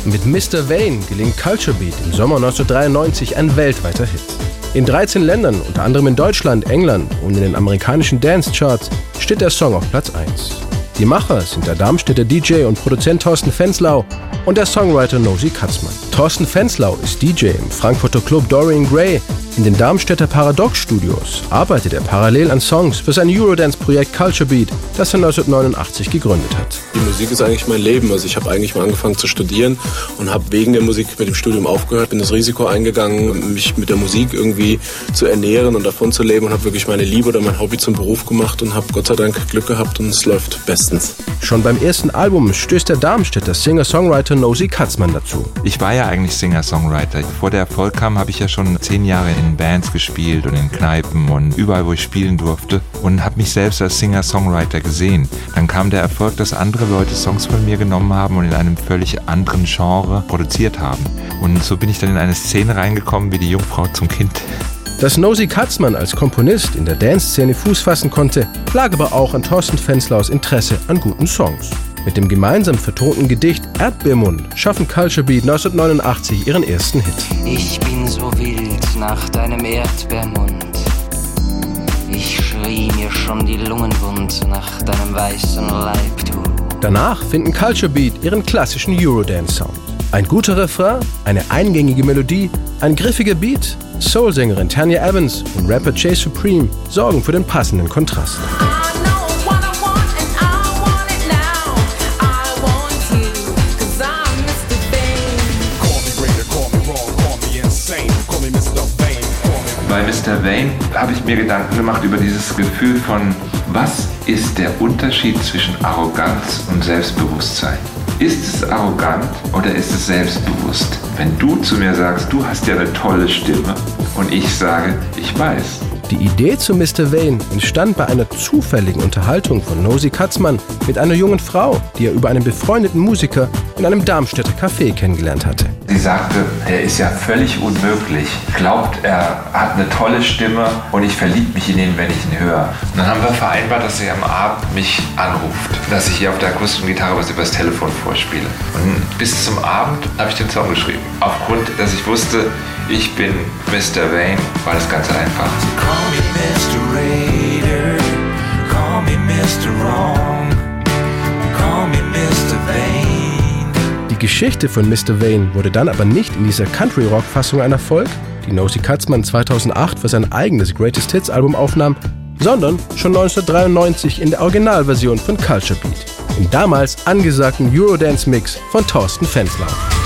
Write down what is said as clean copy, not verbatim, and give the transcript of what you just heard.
Mit Mr. Vain gelingt Culture Beat im Sommer 1993 ein weltweiter Hit. In 13 Ländern, unter anderem in Deutschland, England und in den amerikanischen Dance-Charts, steht der Song auf Platz 1. Die Macher sind der Darmstädter DJ und Produzent Thorsten Fenslau und der Songwriter Nosy Katzmann. Thorsten Fenslau ist DJ im Frankfurter Club Dorian Gray. In den Darmstädter Paradox Studios arbeitet er parallel an Songs für sein Eurodance-Projekt Culture Beat, das er 1989 gegründet hat. Die Musik ist eigentlich mein Leben. Also ich habe eigentlich mal angefangen zu studieren und habe wegen der Musik mit dem Studium aufgehört, bin das Risiko eingegangen, mich mit der Musik irgendwie zu ernähren und davon zu leben und habe wirklich meine Liebe oder mein Hobby zum Beruf gemacht und habe Gott sei Dank Glück gehabt und es läuft bestens. Schon beim ersten Album stößt der Darmstädter Singer-Songwriter Nosy Katzmann dazu. Ich war ja eigentlich Singer-Songwriter. Bevor der Erfolg kam, habe ich ja schon 10 Jahre in Bands gespielt und in Kneipen und überall, wo ich spielen durfte und habe mich selbst als Singer-Songwriter gesehen. Dann kam der Erfolg, dass andere Leute Songs von mir genommen haben und in einem völlig anderen Genre produziert haben. Und so bin ich dann in eine Szene reingekommen wie die Jungfrau zum Kind. Dass Nosy Katzmann als Komponist in der Dance-Szene Fuß fassen konnte, lag aber auch an Thorsten Fenslaus Interesse an guten Songs. Mit dem gemeinsam vertonten Gedicht Erdbeermund schaffen Culture Beat 1989 ihren ersten Hit. Ich bin so wild nach deinem Erdbeermund. Ich schrie mir schon die Lungen wund nach deinem weißen Leibtuch. Danach finden Culture Beat ihren klassischen Eurodance-Sound. Ein guter Refrain, eine eingängige Melodie, ein griffiger Beat, Soul-Sängerin Tanya Evans und Rapper Jay Supreme sorgen für den passenden Kontrast. Bei Mr. Vain habe ich mir Gedanken gemacht über dieses Gefühl von, was ist der Unterschied zwischen Arroganz und Selbstbewusstsein? Ist es arrogant oder ist es selbstbewusst? Wenn du zu mir sagst, du hast ja eine tolle Stimme und ich sage, ich weiß. Die Idee zu Mr. Vain entstand bei einer zufälligen Unterhaltung von Nosy Katzmann mit einer jungen Frau, die er über einen befreundeten Musiker in einem Darmstädter Café kennengelernt hatte. Sie sagte, er ist ja völlig unmöglich. Glaubt, er hat eine tolle Stimme und ich verliebe mich in ihn, wenn ich ihn höre. Und dann haben wir vereinbart, dass sie am Abend mich anruft, dass ich ihr auf der akustischen Gitarre was übers Telefon vorspiele. Und bis zum Abend habe ich den Song geschrieben. Aufgrund, dass ich wusste, ich bin Mr. Vain, war das ganz einfach. Call me Mr. Raider, call me Mr. Wrong, call me Mr. Vain. Die Geschichte von Mr. Vain wurde dann aber nicht in dieser Country-Rock-Fassung ein Erfolg, die Nosy Katzmann 2008 für sein eigenes Greatest Hits-Album aufnahm, sondern schon 1993 in der Originalversion von Culture Beat, im damals angesagten Eurodance-Mix von Thorsten Fenslau.